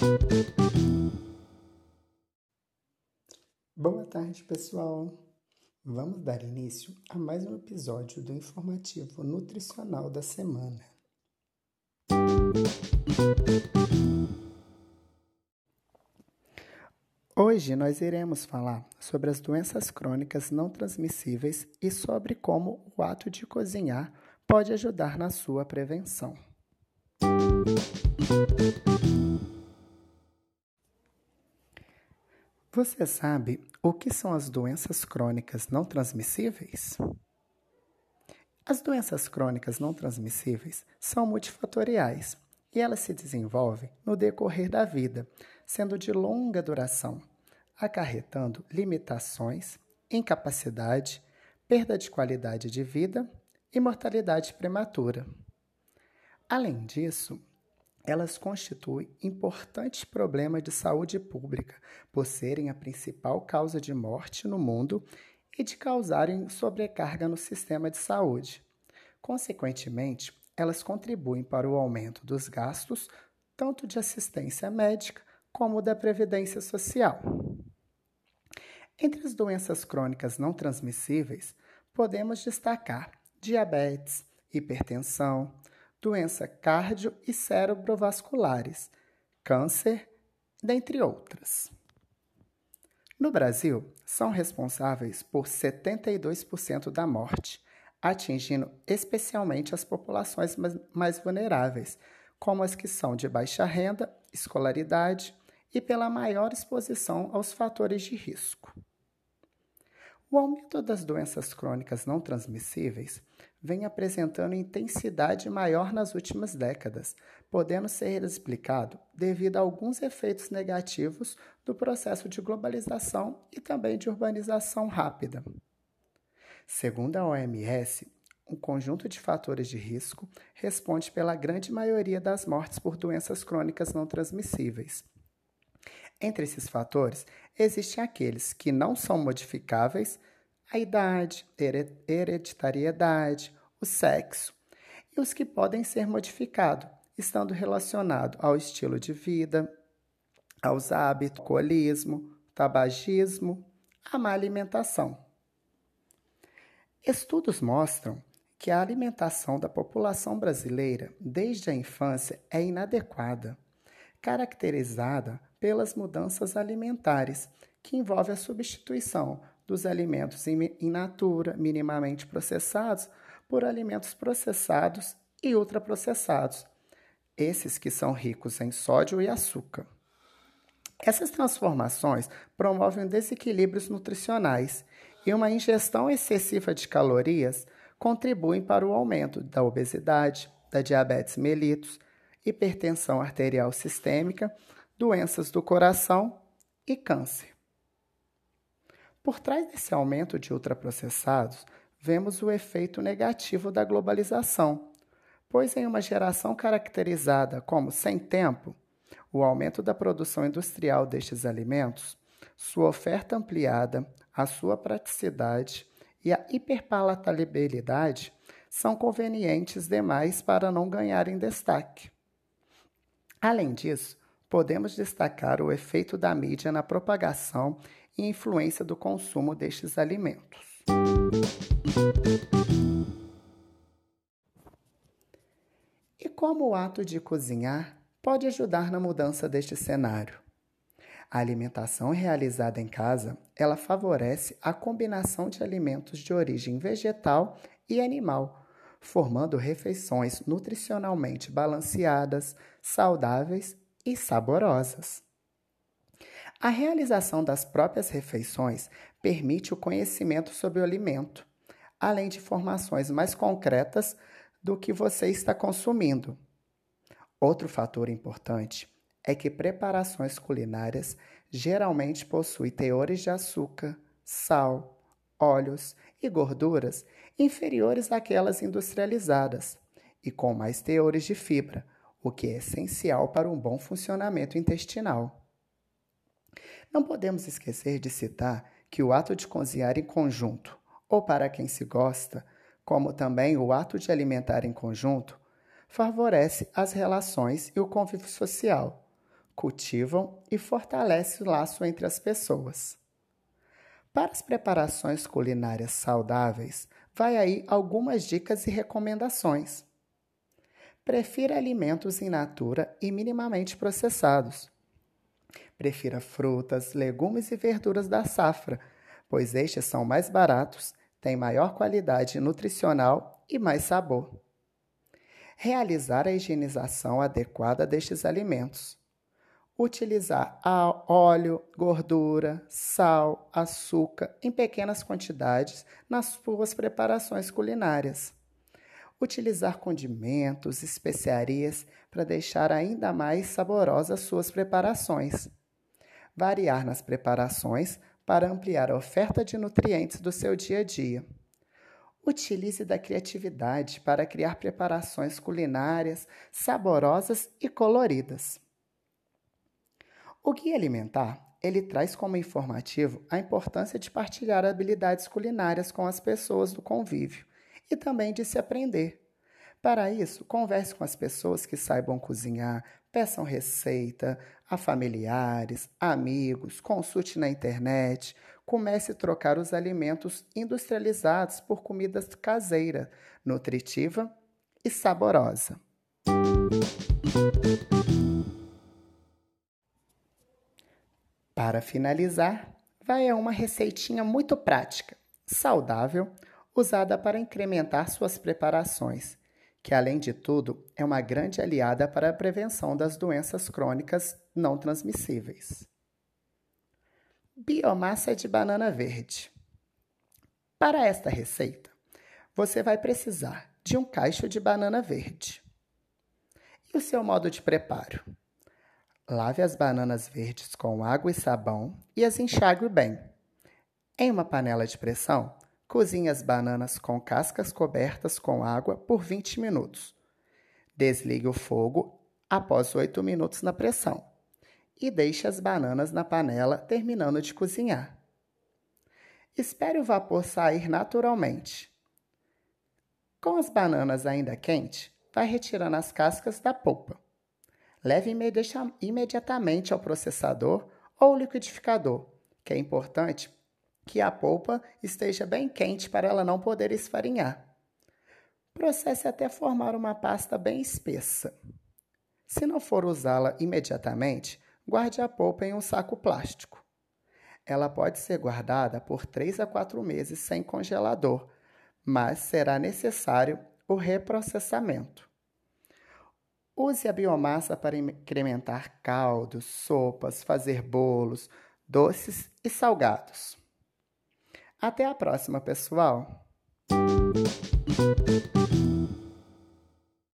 Boa tarde, pessoal! Vamos dar início a mais um episódio do Informativo Nutricional da Semana. Hoje nós iremos falar sobre as doenças crônicas não transmissíveis e sobre como o ato de cozinhar pode ajudar na sua prevenção. Você sabe o que são as doenças crônicas não transmissíveis? As doenças crônicas não transmissíveis são multifatoriais e elas se desenvolvem no decorrer da vida, sendo de longa duração, acarretando limitações, incapacidade, perda de qualidade de vida e mortalidade prematura. Além disso, elas constituem importante problema de saúde pública, por serem a principal causa de morte no mundo e de causarem sobrecarga no sistema de saúde. Consequentemente, elas contribuem para o aumento dos gastos, tanto de assistência médica como da previdência social. Entre as doenças crônicas não transmissíveis, podemos destacar diabetes, hipertensão, doença cardio- e cerebrovasculares, câncer, dentre outras. No Brasil, são responsáveis por 72% da morte, atingindo especialmente as populações mais vulneráveis, como as que são de baixa renda, escolaridade e pela maior exposição aos fatores de risco. O aumento das doenças crônicas não transmissíveis vem apresentando intensidade maior nas últimas décadas, podendo ser explicado devido a alguns efeitos negativos do processo de globalização e também de urbanização rápida. Segundo a OMS, um conjunto de fatores de risco responde pela grande maioria das mortes por doenças crônicas não transmissíveis. Entre esses fatores, existem aqueles que não são modificáveis, a idade, hereditariedade, o sexo, e os que podem ser modificados, estando relacionados ao estilo de vida, aos hábitos, alcoolismo, tabagismo, à má alimentação. Estudos mostram que a alimentação da população brasileira desde a infância é inadequada, caracterizada pelas mudanças alimentares, que envolvem a substituição dos alimentos in natura, minimamente processados, por alimentos processados e ultraprocessados, esses que são ricos em sódio e açúcar. Essas transformações promovem desequilíbrios nutricionais e uma ingestão excessiva de calorias contribuem para o aumento da obesidade, da diabetes mellitus, hipertensão arterial sistêmica, doenças do coração e câncer. Por trás desse aumento de ultraprocessados, vemos o efeito negativo da globalização, pois em uma geração caracterizada como sem tempo, o aumento da produção industrial destes alimentos, sua oferta ampliada, a sua praticidade e a hiperpalatabilidade são convenientes demais para não ganharem destaque. Além disso, podemos destacar o efeito da mídia na propagação e influência do consumo destes alimentos. E como o ato de cozinhar pode ajudar na mudança deste cenário? A alimentação realizada em casa, ela favorece a combinação de alimentos de origem vegetal e animal, formando refeições nutricionalmente balanceadas, saudáveis e saborosas. A realização das próprias refeições permite o conhecimento sobre o alimento, além de informações mais concretas do que você está consumindo. Outro fator importante é que preparações culinárias geralmente possuem teores de açúcar, sal, óleos e gorduras inferiores àquelas industrializadas e com mais teores de fibra, o que é essencial para um bom funcionamento intestinal. Não podemos esquecer de citar que o ato de cozinhar em conjunto, ou para quem se gosta, como também o ato de alimentar em conjunto, favorece as relações e o convívio social, cultivam e fortalecem o laço entre as pessoas. Para as preparações culinárias saudáveis, vai aí algumas dicas e recomendações. Prefira alimentos in natura e minimamente processados. Prefira frutas, legumes e verduras da safra, pois estes são mais baratos, têm maior qualidade nutricional e mais sabor. Realizar a higienização adequada destes alimentos. Utilizar óleo, gordura, sal, açúcar em pequenas quantidades nas suas preparações culinárias. Utilizar condimentos, especiarias para deixar ainda mais saborosas suas preparações. Variar nas preparações para ampliar a oferta de nutrientes do seu dia a dia. Utilize da criatividade para criar preparações culinárias saborosas e coloridas. O Guia Alimentar, ele traz como informativo a importância de partilhar habilidades culinárias com as pessoas do convívio e também de se aprender. Para isso, converse com as pessoas que saibam cozinhar, peçam receita a familiares, amigos, consulte na internet, comece a trocar os alimentos industrializados por comida caseira, nutritiva e saborosa. Para finalizar, vai a uma receitinha muito prática, saudável, usada para incrementar suas preparações, que além de tudo é uma grande aliada para a prevenção das doenças crônicas não transmissíveis. Biomassa de banana verde. Para esta receita, você vai precisar de um cacho de banana verde. E o seu modo de preparo? Lave as bananas verdes com água e sabão e as enxague bem. Em uma panela de pressão, cozinhe as bananas com cascas cobertas com água por 20 minutos. Desligue o fogo após 8 minutos na pressão e deixe as bananas na panela terminando de cozinhar. Espere o vapor sair naturalmente. Com as bananas ainda quentes, vai retirando as cascas da polpa. Leve imediatamente ao processador ou liquidificador, que é importante que a polpa esteja bem quente para ela não poder esfarinhar. Processe até formar uma pasta bem espessa. Se não for usá-la imediatamente, guarde a polpa em um saco plástico. Ela pode ser guardada por 3 a 4 meses sem congelador, mas será necessário o reprocessamento. Use a biomassa para incrementar caldos, sopas, fazer bolos, doces e salgados. Até a próxima, pessoal!